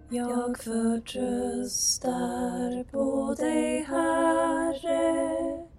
Jag förtröstar på dig, Herre.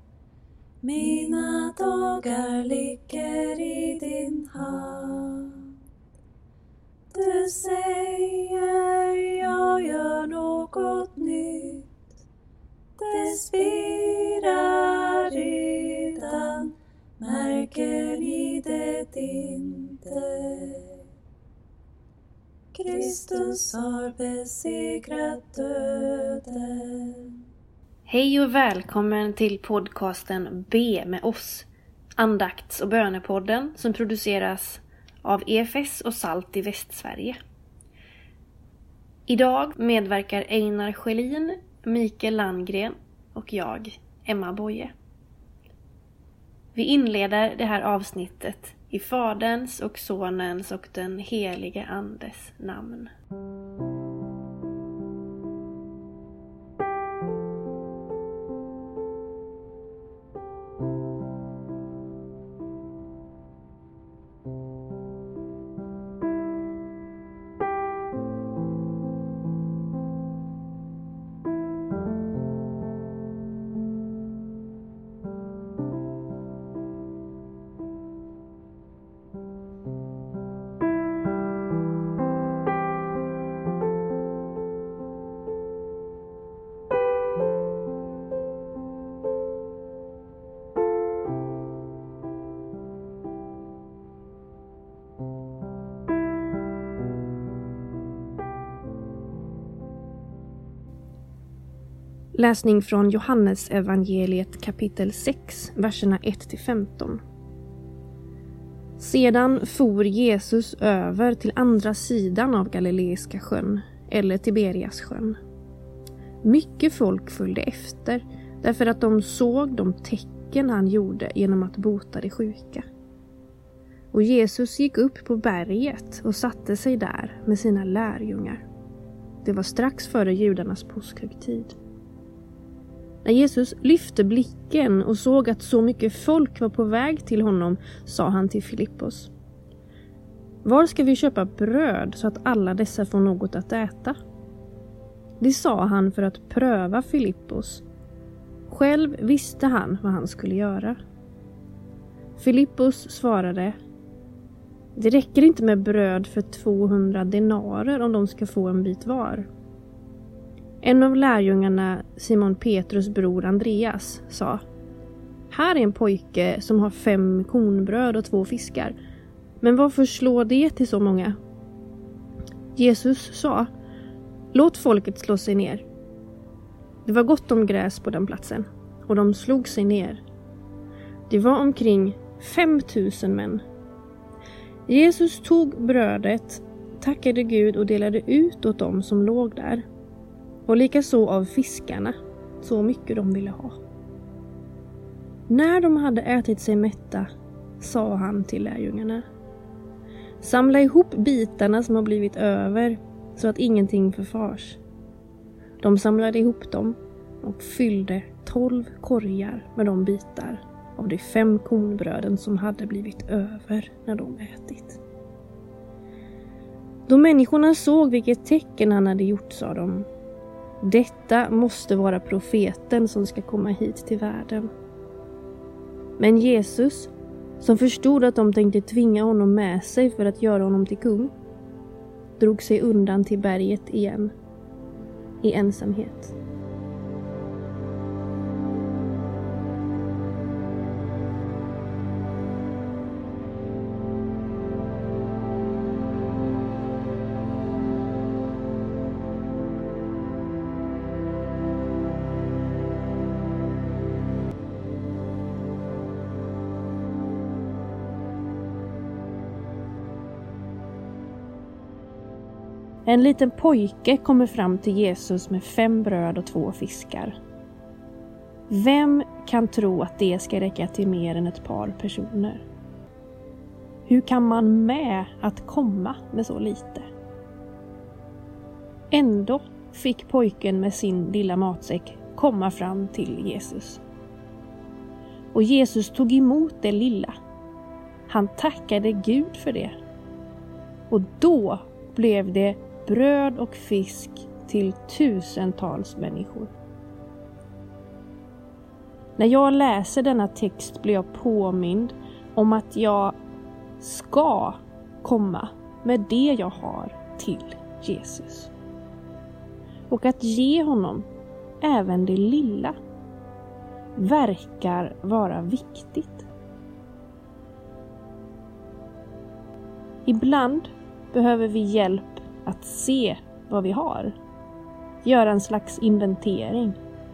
Mina dagar ligger i din hand. Du säger jag gör något nytt. Det spirar redan, märker ni det inte? Kristus har besegrat döden. Hej och välkommen till podcasten Be med oss, andakts- och bönepodden som produceras av EFS och Salt i Västsverige. Idag medverkar Einar Schelin, Mikael Landgren och jag, Emma Boye. Vi inleder det här avsnittet i Faderns och Sonens och den helige Andes namn. Läsning från Johannes evangeliet kapitel 6, verserna 1-15. Sedan for Jesus över till andra sidan av Galileiska sjön, eller Tiberias sjön. Mycket folk följde efter, därför att de såg de tecken han gjorde genom att bota de sjuka. Och Jesus gick upp på berget och satte sig där med sina lärjungar. Det var strax före judarnas påskhögtid. När Jesus lyfte blicken och såg att så mycket folk var på väg till honom, sa han till Filippos: Var ska vi köpa bröd så att alla dessa får något att äta? Det sa han för att pröva Filippos. Själv visste han vad han skulle göra. Filippos svarade: Det räcker inte med bröd för 200 denarer om de ska få en bit var. En av lärjungarna, Simon Petrus bror Andreas, sa: Här är en pojke som har 5 kornbröd och 2 fiskar. Men varför slår det till så många? Jesus sa: Låt folket slå sig ner. Det var gott om gräs på den platsen, och de slog sig ner. Det var omkring 5000 män. Jesus tog brödet, tackade Gud och delade ut åt dem som låg där. Och likaså av fiskarna, så mycket de ville ha. När de hade ätit sig mätta, sa han till lärjungarna: Samla ihop bitarna som har blivit över, så att ingenting förfars. De samlade ihop dem och fyllde 12 korgar med de bitar av de 5 kornbröden som hade blivit över när de ätit. Då människorna såg vilket tecken han hade gjort, sa de: Detta måste vara profeten som ska komma hit till världen. Men Jesus, som förstod att de tänkte tvinga honom med sig för att göra honom till kung, drog sig undan till berget igen, i ensamhet. En liten pojke kommer fram till Jesus med 5 bröd och 2 fiskar. Vem kan tro att det ska räcka till mer än ett par personer? Hur kan man med att komma med så lite? Ändå fick pojken med sin lilla matsäck komma fram till Jesus. Och Jesus tog emot det lilla. Han tackade Gud för det. Och då blev det bröd och fisk till tusentals människor. När jag läser denna text blir jag påmind om att jag ska komma med det jag har till Jesus. Och att ge honom även det lilla verkar vara viktigt. Ibland behöver vi hjälp att se vad vi har. Göra en slags inventering.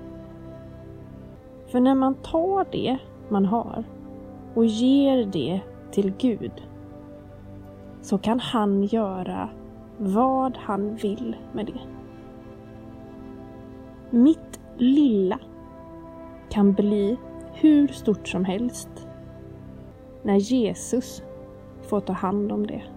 För när man tar det man har och ger det till Gud, så kan han göra vad han vill med det. Mitt lilla kan bli hur stort som helst när Jesus får ta hand om det.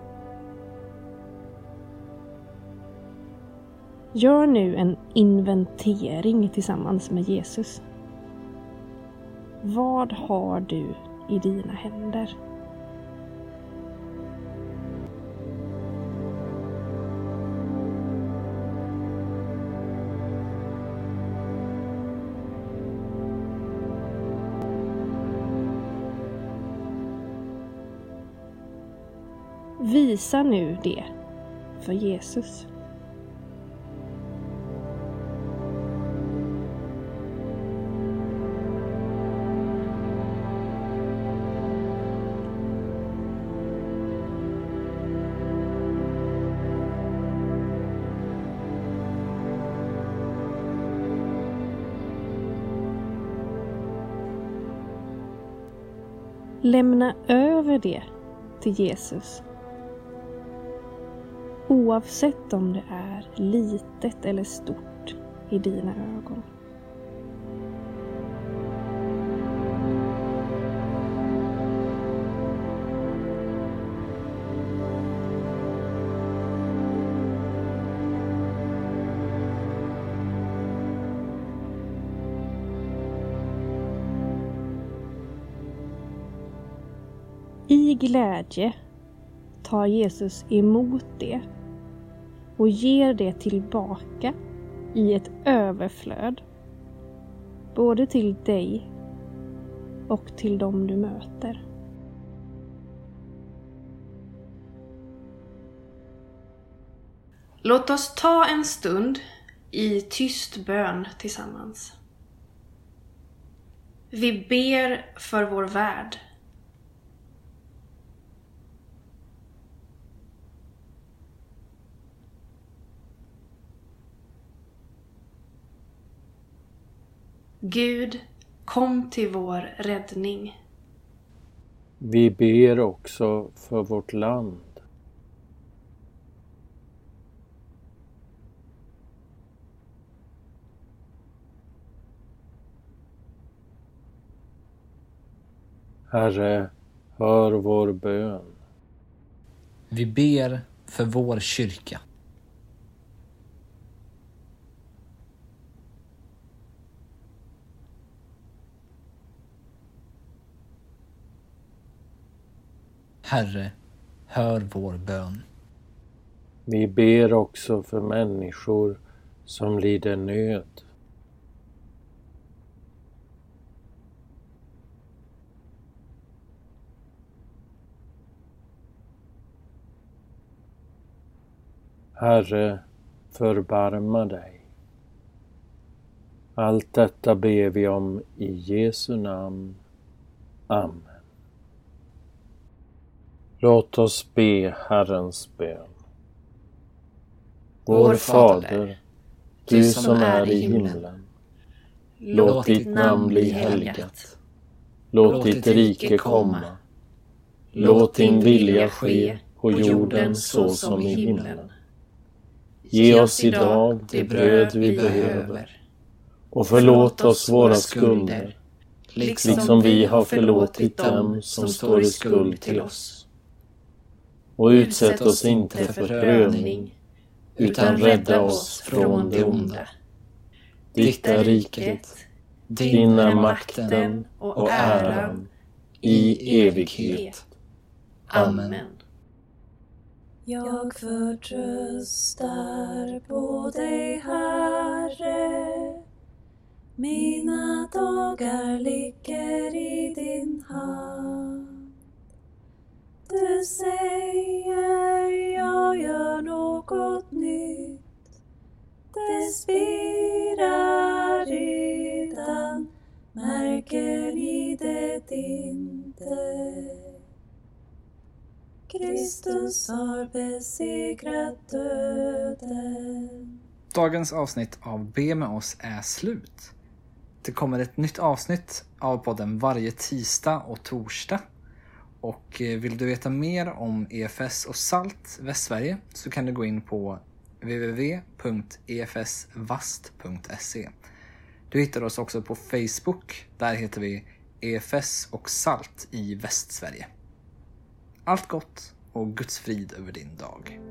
Gör nu en inventering tillsammans med Jesus. Vad har du i dina händer? Visa nu det för Jesus. Lämna över det till Jesus. Oavsett om det är litet eller stort i dina ögon. I glädje tar Jesus emot det och ger det tillbaka i ett överflöd, både till dig och till dem du möter. Låt oss ta en stund i tyst bön tillsammans. Vi ber för vår värld. Gud, kom till vår räddning. Vi ber också för vårt land. Herre, hör vår bön. Vi ber för vår kyrka. Herre, hör vår bön. Vi ber också för människor som lider nöd. Herre, förbarma dig. Allt detta ber vi om i Jesu namn. Amen. Låt oss be Herrens bön. Vår Fader, du som är i himlen. Låt ditt namn bli helgat. Låt ditt rike komma. Låt din vilja ske på jorden så som i himlen. Ge oss idag det bröd vi behöver. Och förlåt oss våra skulder, liksom vi har förlåtit dem som står i skuld till oss. Och utsätt oss inte för prövning, utan rädda oss från det onda. Ditt är riket, din är makten och äran i evighet. Amen. Jag förtröstar på dig, Herre. Mina dagar ligger i din hand. Du säger jag gör något nytt. Det spirar redan, märker ni det inte? Kristus har besegrat döden. Dagens avsnitt av Be med oss är slut. Det kommer ett nytt avsnitt av podden varje tisdag och torsdag. Och vill du veta mer om EFS och SALT Västsverige så kan du gå in på www.efsvast.se. Du hittar oss också på Facebook. Där heter vi EFS och SALT i Västsverige. Allt gott och Guds frid över din dag.